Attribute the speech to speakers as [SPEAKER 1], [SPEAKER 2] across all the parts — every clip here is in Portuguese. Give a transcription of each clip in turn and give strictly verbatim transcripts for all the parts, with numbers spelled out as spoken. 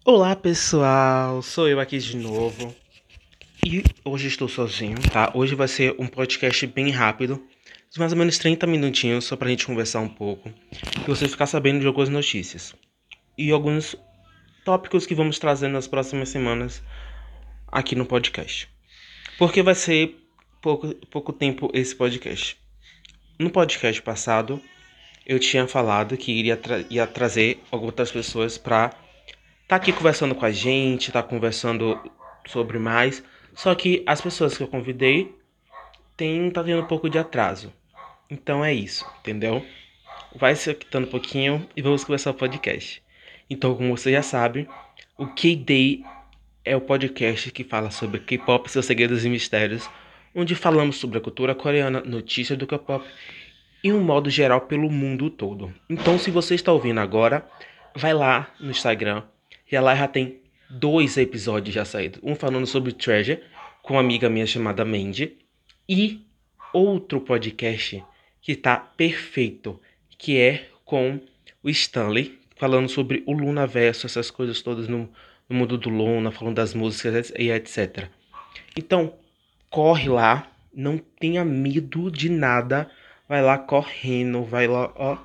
[SPEAKER 1] Olá pessoal, sou eu aqui de novo e hoje estou sozinho, tá? Hoje vai ser um podcast bem rápido, de mais ou menos trinta minutinhos, só pra gente conversar um pouco e você ficar sabendo de algumas notícias e alguns tópicos que vamos trazer nas próximas semanas aqui no podcast. Porque vai ser pouco, pouco tempo esse podcast. No podcast passado, eu tinha falado que iria tra- ia trazer outras pessoas pra tá aqui conversando com a gente, tá conversando sobre mais. Só que as pessoas que eu convidei tem, tá tendo um pouco de atraso. Então é isso, entendeu? Vai se quitando um pouquinho e vamos começar o podcast. Então, como você já sabe, o K-Day é o podcast que fala sobre K-pop, seus segredos e mistérios, onde falamos sobre a cultura coreana, notícias do K-pop e um modo geral pelo mundo todo. Então, se você está ouvindo agora, vai lá no Instagram, e lá já tem dois episódios já saídos. Um falando sobre Treasure, com uma amiga minha chamada Mandy, e outro podcast que está perfeito, que é com o Stanley, falando sobre o Lunaverso, essas coisas todas no, no mundo do Luna, falando das músicas e etcétera. Então, corre lá, não tenha medo de nada, vai lá correndo, vai lá, ó,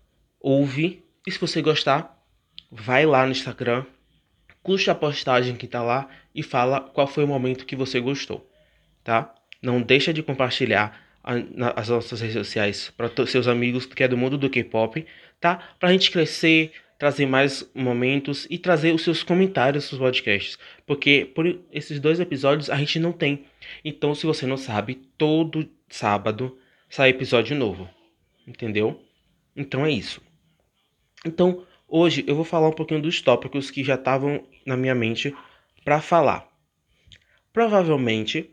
[SPEAKER 1] ouve. E se você gostar, vai lá no Instagram, curte a postagem que tá lá e fala qual foi o momento que você gostou, tá? Não deixa de compartilhar a, na, as nossas redes sociais para seus amigos que é do mundo do K-pop, tá? Pra gente crescer, trazer mais momentos e trazer os seus comentários nos podcasts, porque por esses dois episódios a gente não tem. Então, se você não sabe, todo sábado sai episódio novo, entendeu? Então é isso. Então, hoje eu vou falar um pouquinho dos tópicos que já estavam na minha mente para falar. Provavelmente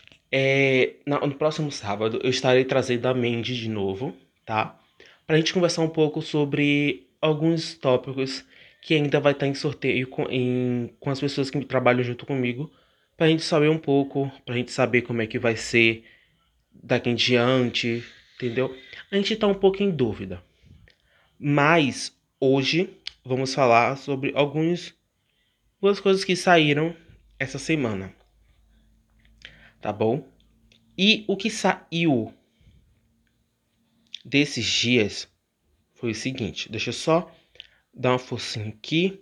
[SPEAKER 1] é, no próximo sábado eu estarei trazendo a Mandy de novo, tá? Pra gente conversar um pouco sobre alguns tópicos que ainda vai estar em sorteio com, em, com as pessoas que trabalham junto comigo, pra gente saber um pouco, pra gente saber como é que vai ser daqui em diante, entendeu? A gente tá um pouco em dúvida. Mas hoje vamos falar sobre algumas duas coisas que saíram essa semana, tá bom? E o que saiu desses dias foi o seguinte, deixa eu só dar uma forcinha aqui,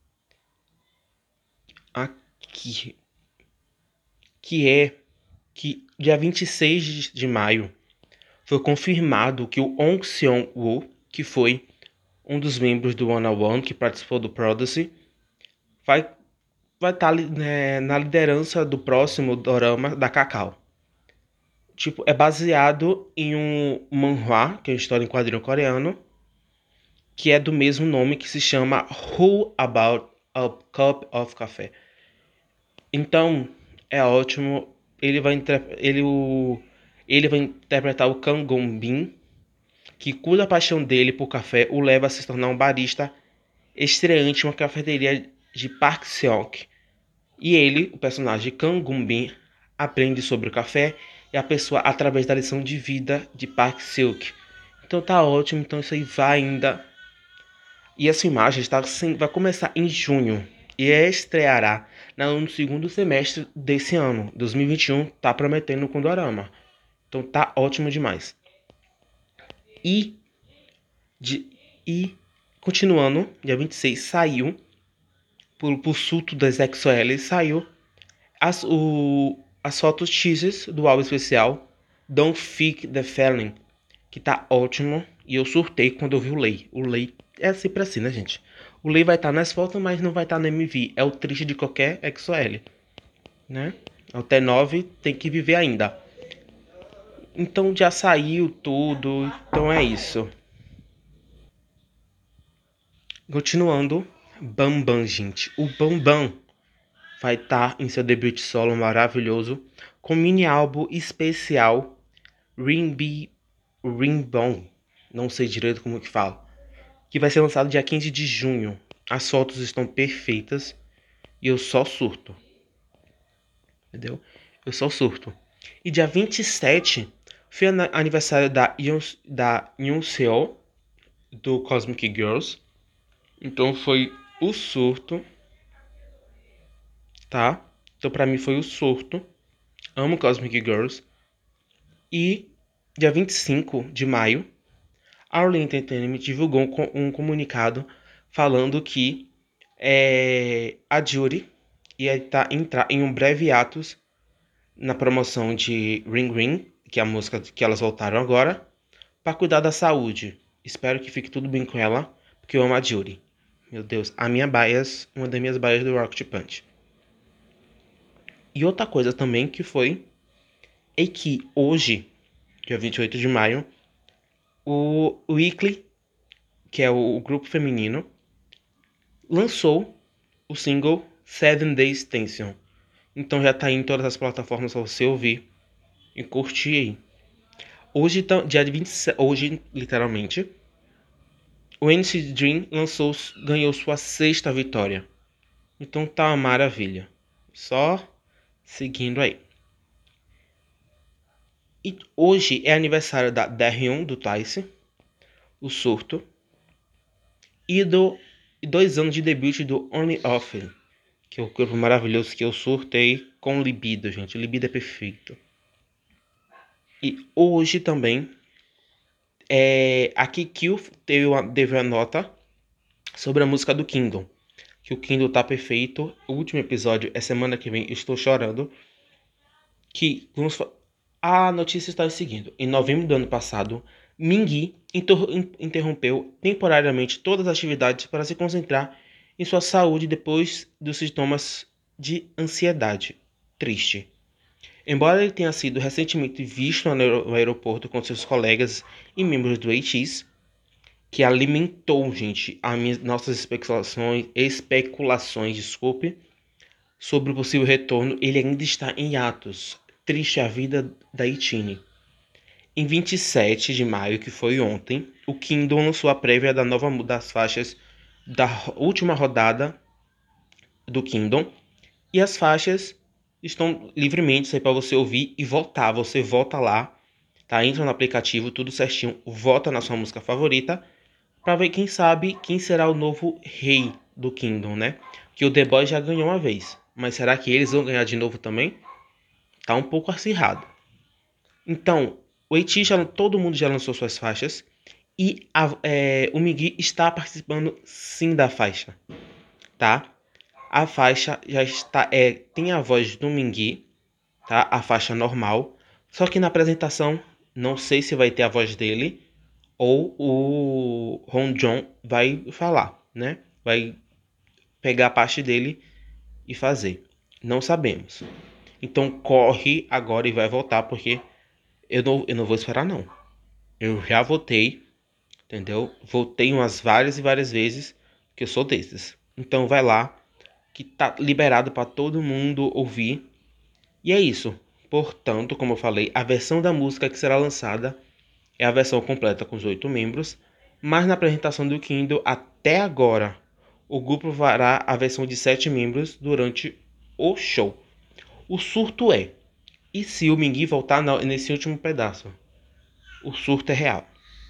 [SPEAKER 1] aqui, que é que dia vinte e seis de maio foi confirmado que o Ong Seong-woo, que foi um dos membros do One oh One que participou do Prodigy, vai vai estar né, na liderança do próximo dorama da Kakao. Tipo, é baseado em um manhwa, que é uma história em quadrinho coreano, que é do mesmo nome, que se chama Who About a Cup of Café. Então, é ótimo. Ele vai, ele, o, ele vai interpretar o Kang Gon-bin, que cuja paixão dele por café o leva a se tornar um barista estreante em uma cafeteria de Park Seok. E ele, o personagem Kang Gon-bin, aprende sobre o café e a pessoa através da lição de vida de Park Seok. Então tá ótimo, então isso aí vai ainda. E essa imagem está, vai começar em junho e estreará no segundo semestre desse ano, dois mil e vinte e um, tá prometendo com Dorama. Então tá ótimo demais. E, de, e continuando, dia vinte e seis saiu, por, por surto das X O L, saiu as, o, as fotos teasers do álbum especial Don't Fake the Feeling, que tá ótimo. E eu surtei quando eu vi o Lei. O Lei é sempre assim, né, gente? O Lei vai estar tá nas fotos, mas não vai estar tá no M V. É o triste de qualquer X O L, né? O T nove tem que viver ainda. Então já saiu tudo. Então é isso. Continuando, Bambam, gente. O Bambam vai estar tá em seu debut solo maravilhoso com mini álbum especial Rimby Rimbon. Não sei direito como que fala. Que vai ser lançado dia quinze de junho. As fotos estão perfeitas e eu só surto. Entendeu? Eu só surto. E dia vinte e sete foi aniversário da Yoon, da Yoon Seo, do Cosmic Girls. Então foi o surto. tá? Então pra mim foi o surto. Amo Cosmic Girls. E dia vinte e cinco de maio, a Orly Entertainment divulgou um, um comunicado falando que é, a Jury ia tá, entrar em um breve atos na promoção de Ring Ring, que é a música que elas voltaram agora, para cuidar da saúde. Espero que fique tudo bem com ela, porque eu amo a Jury. Meu Deus, a minha bias, uma das minhas bias do Rocket Punch. E outra coisa também que foi é que hoje, dia vinte e oito de maio, o Weekly, que é o grupo feminino, lançou o single Seven Days Tension. Então já tá aí em todas as plataformas pra você ouvir e curtir aí. Hoje, dia vinte e sete, hoje literalmente, o N C Dream lançou, ganhou sua sexta vitória. Então tá uma maravilha. Só seguindo aí. E hoje é aniversário da Daehyun, do Twice, o Surto, e do e dois anos de debut do Only Off, que é o corpo maravilhoso que eu surtei com libido, gente. O libido é perfeito. E hoje também é, a Kikyu teve uma, teve uma nota sobre a música do Kingdom. Que o Kingdom tá perfeito. O último episódio é semana que vem. Estou chorando. Que vamos a notícia está seguindo. Em novembro do ano passado, Mingi interrompeu temporariamente todas as atividades para se concentrar em sua saúde depois dos sintomas de ansiedade. Triste. Embora ele tenha sido recentemente visto no aeroporto com seus colegas e membros do H X, que alimentou, gente, as minhas, nossas especulações, especulações, desculpe, sobre o possível retorno, ele ainda está em atos. Triste a vida da Itine. Em vinte e sete de maio, que foi ontem, o Kingdom lançou a prévia da nova das faixas da última rodada do Kingdom. E as faixas estão livremente aí para você ouvir e votar. Você vota lá, tá? Entra no aplicativo, tudo certinho, vota na sua música favorita para ver quem sabe quem será o novo rei do Kingdom, né? Que o The Boys já ganhou uma vez, mas será que eles vão ganhar de novo também? Tá um pouco acirrado. Então, o Eti já todo mundo já lançou suas faixas e a, é, o Migui está participando sim da faixa, tá? A faixa já está é tem a voz do Mingui, tá? A faixa normal, só que na apresentação não sei se vai ter a voz dele ou o Ron John vai falar, né? Vai pegar a parte dele e fazer. Não sabemos. Então corre agora e vai voltar porque eu não, eu não vou esperar não. Eu já votei, entendeu? Votei umas várias e várias vezes, porque eu sou desses. Então vai lá, que tá liberado para todo mundo ouvir. E é isso. Portanto, como eu falei, a versão da música que será lançada é a versão completa com os oito membros, mas na apresentação do Kindle até agora o grupo fará a versão de sete membros durante o show. O surto é, e se o Mingui voltar nesse último pedaço? O surto é real.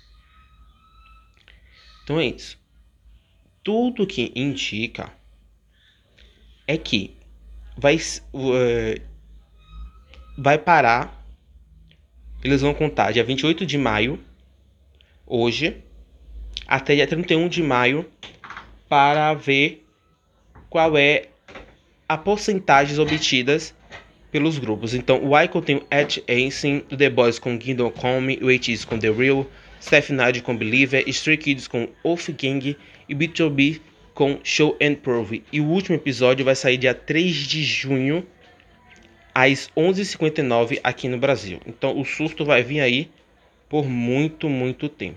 [SPEAKER 1] Então é isso. Tudo que indica é que vai, uh, vai parar. Eles vão contar dia vinte e oito de maio, hoje, até dia trinta e um de maio, para ver qual é a porcentagens obtidas pelos grupos. Então, o Icon tem o Ed Ancin, o The Boys com Kingdom Come, o H S com The Real, Steph Nide com Believer, Stray Kids com Wolf Gang e B dois B com Show and Prove. E o último episódio vai sair dia três de junho, às onze e cinquenta e nove aqui no Brasil. Então, o surto vai vir aí por muito, muito tempo.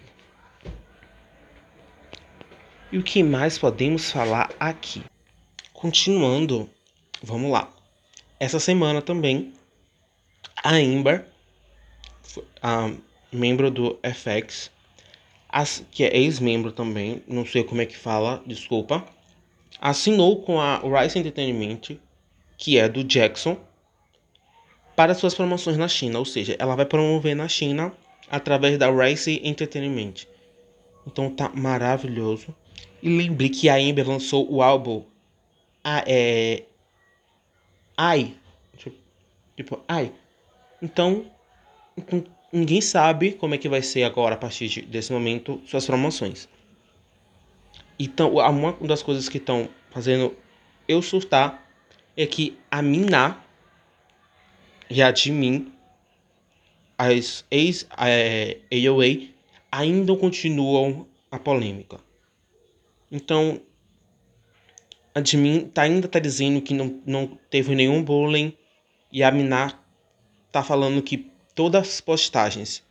[SPEAKER 1] E o que mais podemos falar aqui? Continuando, vamos lá. Essa semana também, a Ember, a membro do F X, as, que é ex-membro também, não sei como é que fala, desculpa, assinou com a Rise Entertainment, que é do Jackson, para suas promoções na China, ou seja, ela vai promover na China através da Rise Entertainment. Então tá maravilhoso. E lembre que a Ember lançou o álbum a, é, Ai, tipo, tipo, ai. Então, então, ninguém sabe como é que vai ser agora, a partir de- desse momento, suas promoções. Então, a- uma das coisas que estão fazendo eu surtar é que a Mina e a Jimin, as ex-A O A, ainda continuam a polêmica. Então, a Jimin tá, ainda tá dizendo que não, não teve nenhum bullying, e a Mina tá falando que todas as postagens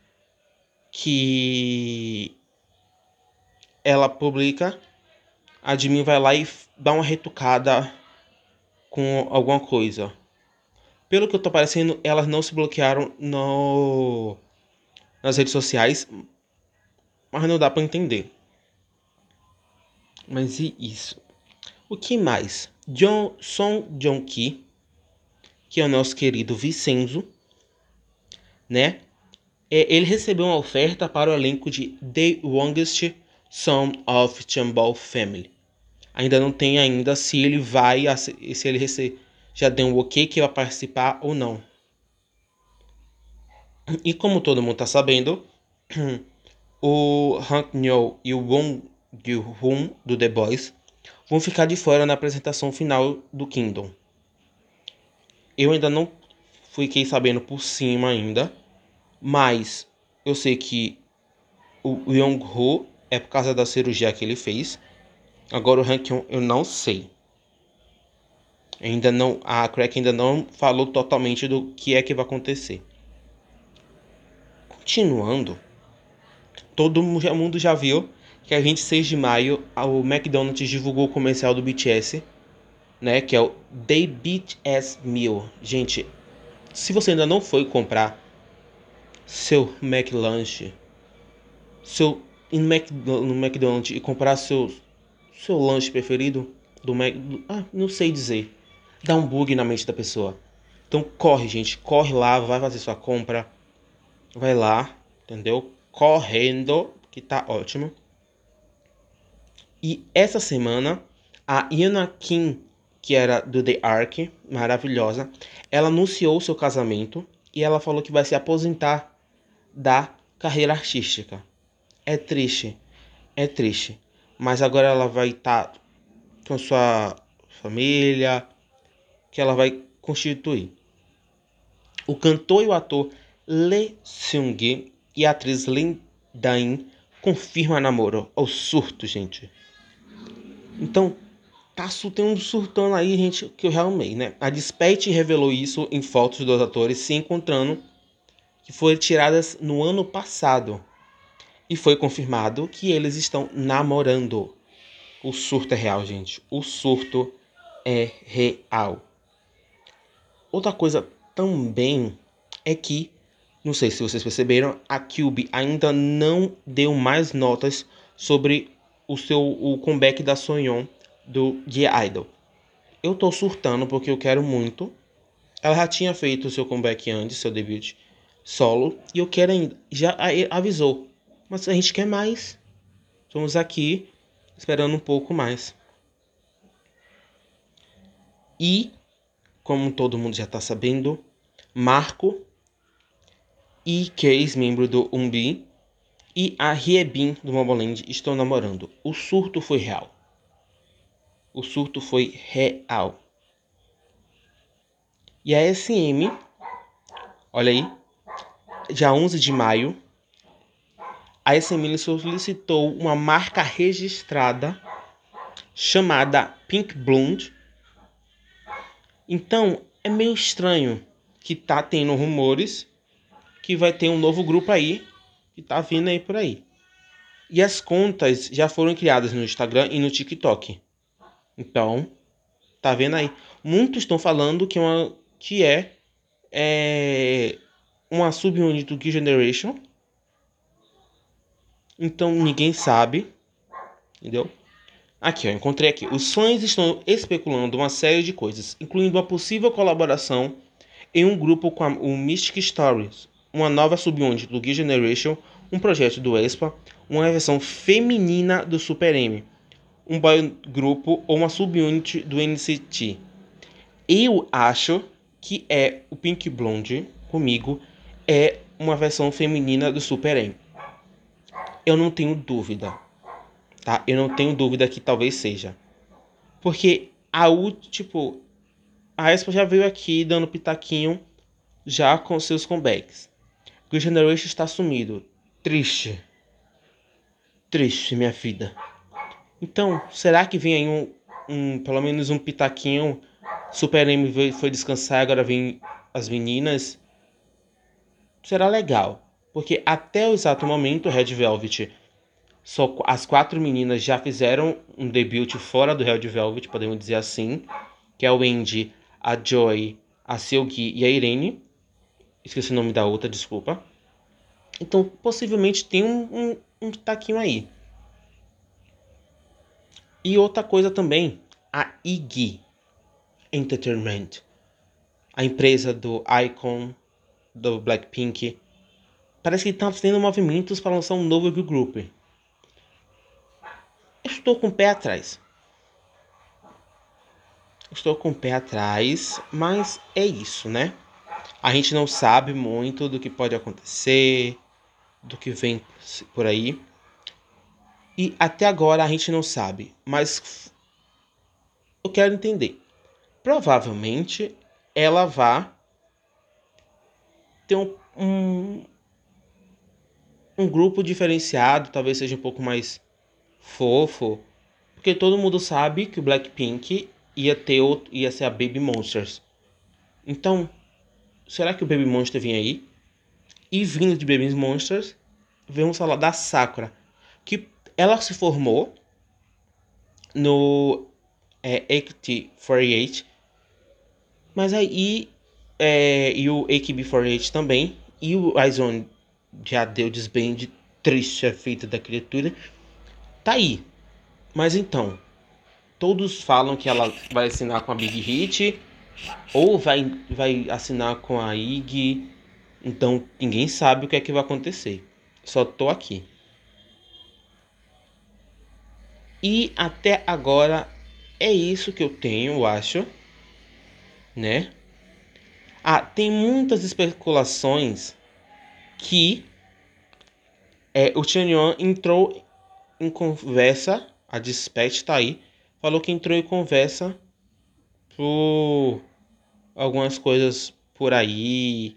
[SPEAKER 1] que ela publica, a Jimin vai lá e dá uma retocada com alguma coisa. Pelo que eu tô parecendo, elas não se bloquearam no, nas redes sociais, mas não dá pra entender. Mas e isso? O que mais? John, Song Joong-ki, que é o nosso querido Vincenzo, né? É, ele recebeu uma oferta para o elenco de The Youngest Son of Chambal Family. Ainda não tem ainda se ele vai, se ele rece- já deu um ok que vai participar ou não. E como todo mundo tá sabendo, o Hank Nyo e o Won Gil-hoon do The Boys vão ficar de fora na apresentação final do Kingdom. Eu ainda não fiquei sabendo por cima ainda, mas eu sei que o Young-ho é por causa da cirurgia que ele fez. Agora o Han Kyung eu não sei. Ainda não, a Crack ainda não falou totalmente do que é que vai acontecer. Continuando, todo mundo já viu que a vinte e seis de maio o McDonald's divulgou o comercial do B T S, né, que é o They B T S Meal. Gente, se você ainda não foi comprar seu McLanche, seu ir no McDonald's e comprar seu seu lanche preferido do Mac, ah, não sei dizer. Dá um bug na mente da pessoa. Então corre, gente, corre lá, vai fazer sua compra. Vai lá, entendeu? Correndo, que tá ótimo. E essa semana, a Iana Kim, que era do The Ark, maravilhosa, ela anunciou seu casamento e ela falou que vai se aposentar da carreira artística. É triste, é triste. Mas agora ela vai estar tá com sua família, que ela vai constituir. O cantor e o ator Lee Seung-gi e a atriz Lin Dan confirmam namoro. Ao surto, gente. Então, tá tem um surtando aí, gente, que eu já amei, né? A Dispatch revelou isso em fotos dos atores se encontrando, que foram tiradas no ano passado. E foi confirmado que eles estão namorando. O surto é real, gente. O surto é real. Outra coisa também é que, não sei se vocês perceberam, a Cube ainda não deu mais notas sobre o seu o comeback da Soyeon do The Idol. Eu tô surtando porque eu quero muito. Ela já tinha feito o seu comeback antes, seu debut solo, e eu quero ainda. Já avisou. Mas a gente quer mais. Estamos aqui esperando um pouco mais. E, como todo mundo já tá sabendo, Marco e Case, membro do Umbi, e a Hyebin do Momoland estão namorando. O surto foi real. O surto foi real. E a S M, olha aí, dia onze de maio, a S M solicitou uma marca registrada chamada Pink Blonde. Então, é meio estranho que tá tendo rumores que vai ter um novo grupo aí, que tá vindo aí por aí. E as contas já foram criadas no Instagram e no TikTok. Então, tá vendo aí? Muitos estão falando que, é uma, que é, é uma subunit do G Generation. Então ninguém sabe. Entendeu? Aqui, ó, encontrei aqui. Os fãs estão especulando uma série de coisas, incluindo uma possível colaboração em um grupo com a, o Mystic Stories, uma nova subunit do G Generation, um projeto do aespa, uma versão feminina do Super M, um boy grupo ou uma subunit do N C T. Eu acho que é o Pink Blonde, comigo, é uma versão feminina do Super M. Eu não tenho dúvida, tá? Eu não tenho dúvida que talvez seja. Porque a U, tipo, a Aespa já veio aqui dando pitaquinho já com seus comebacks. Good Generation está sumido. Triste. Triste, minha vida. Então, será que vem aí um, um pelo menos um pitaquinho? Super M foi descansar, agora vem as meninas. Será legal. Porque até o exato momento, Red Velvet, só as quatro meninas já fizeram um debut fora do Red Velvet, podemos dizer assim. Que é o Andy, a Joy, a Seulgi e a Irene. Esqueci o nome da outra, desculpa. Então, possivelmente tem um, um, um taquinho aí. E outra coisa também, a I G Entertainment, a empresa do Icon, do Blackpink, parece que está tendo movimentos para lançar um novo girl group. Estou com o pé atrás. Estou com o pé atrás, mas é isso, né? A gente não sabe muito do que pode acontecer, do que vem por aí. E até agora a gente não sabe, mas eu quero entender. Provavelmente ela vai ter um, um, um grupo diferenciado, talvez seja um pouco mais fofo, porque todo mundo sabe que o Blackpink ia ter outro, ia ser a Baby Monsters. Então, será que o Baby Monster vem aí? E vindo de Baby Monsters, vamos falar da Sakura, que ela se formou no é, A K T quarenta e oito, mas aí é, e o A K B quarenta e oito também, e o Izone já deu desband, triste a feita da criatura, tá aí. Mas então, todos falam que ela vai assinar com a Big Hit, ou vai, vai assinar com a I G, então ninguém sabe o que é que vai acontecer. Só tô aqui. E até agora é isso que eu tenho, eu acho, né? Ah, tem muitas especulações que é, o Tianyuan entrou em conversa, a Dispatch tá aí, falou que entrou em conversa por algumas coisas por aí,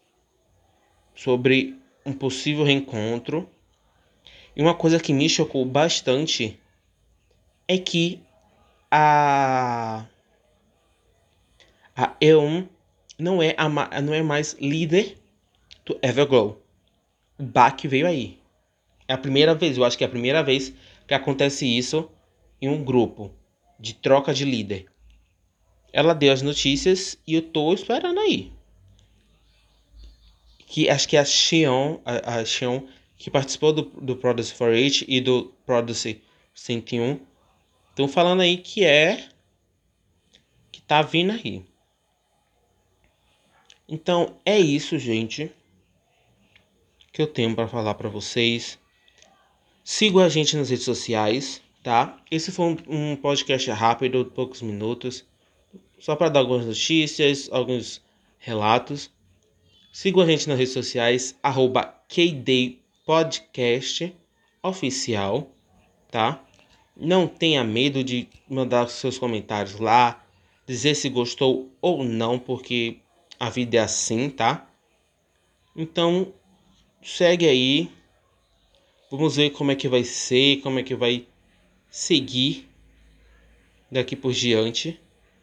[SPEAKER 1] sobre um possível reencontro. E uma coisa que me chocou bastante é que a a Eun não é a não é mais líder do Everglow. O Bak veio aí. É a primeira vez, eu acho que é a primeira vez que acontece isso em um grupo de troca de líder. Ela deu as notícias e eu tô esperando aí. Que acho que é a Xion, a, a Xion, que participou do, do Produce quarenta e oito e do Produce cento e um. Estão falando aí que é que tá vindo aí. Então é isso, gente, que eu tenho para falar para vocês. Sigam a gente nas redes sociais, tá? Esse foi um, um podcast rápido, poucos minutos, só para dar algumas notícias, alguns relatos. Sigam a gente nas redes sociais, arroba K D Podcast Oficial, tá? Não tenha medo de mandar seus comentários lá, dizer se gostou ou não, porque a vida é assim, tá? Então, segue aí. Vamos ver como é que vai ser, como é que vai seguir daqui por diante.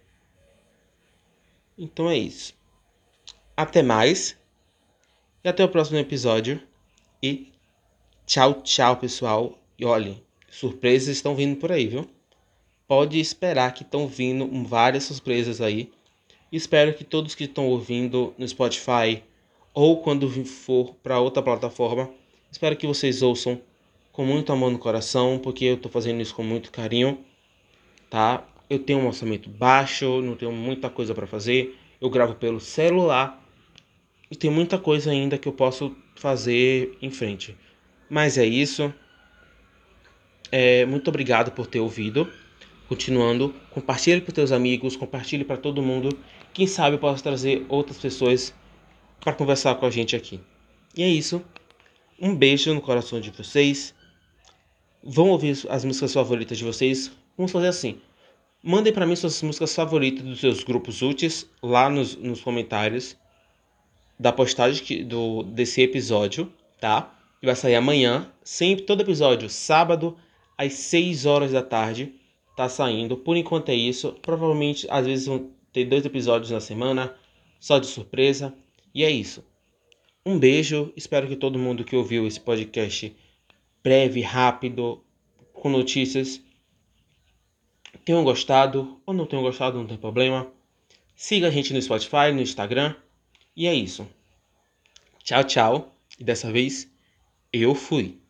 [SPEAKER 1] Então é isso. Até mais. E até o próximo episódio. E tchau, tchau, pessoal. E olhem, surpresas estão vindo por aí, viu? Pode esperar que estão vindo várias surpresas aí. Espero que todos que estão ouvindo no Spotify ou quando for para outra plataforma, espero que vocês ouçam com muito amor no coração, porque eu estou fazendo isso com muito carinho, tá? Eu tenho um orçamento baixo, não tenho muita coisa para fazer. Eu gravo pelo celular e tem muita coisa ainda que eu posso fazer em frente. Mas é isso. É, muito obrigado por ter ouvido. Continuando, compartilhe para os teus amigos, compartilhe para todo mundo. Quem sabe eu possa trazer outras pessoas para conversar com a gente aqui. E é isso. Um beijo no coração de vocês. Vão ouvir as músicas favoritas de vocês. Vamos fazer assim. Mandem para mim suas músicas favoritas dos seus grupos úteis lá nos, nos comentários da postagem que, do, desse episódio, tá? Que vai sair amanhã, sempre, todo episódio, sábado, às seis horas da tarde, tá saindo. Por enquanto é isso. Provavelmente, às vezes, vão ter dois episódios na semana, só de surpresa. E é isso. Um beijo. Espero que todo mundo que ouviu esse podcast breve, rápido, com notícias, tenham gostado. Ou não tenham gostado, não tem problema. Siga a gente no Spotify, no Instagram. E é isso. Tchau, tchau. E dessa vez, eu fui.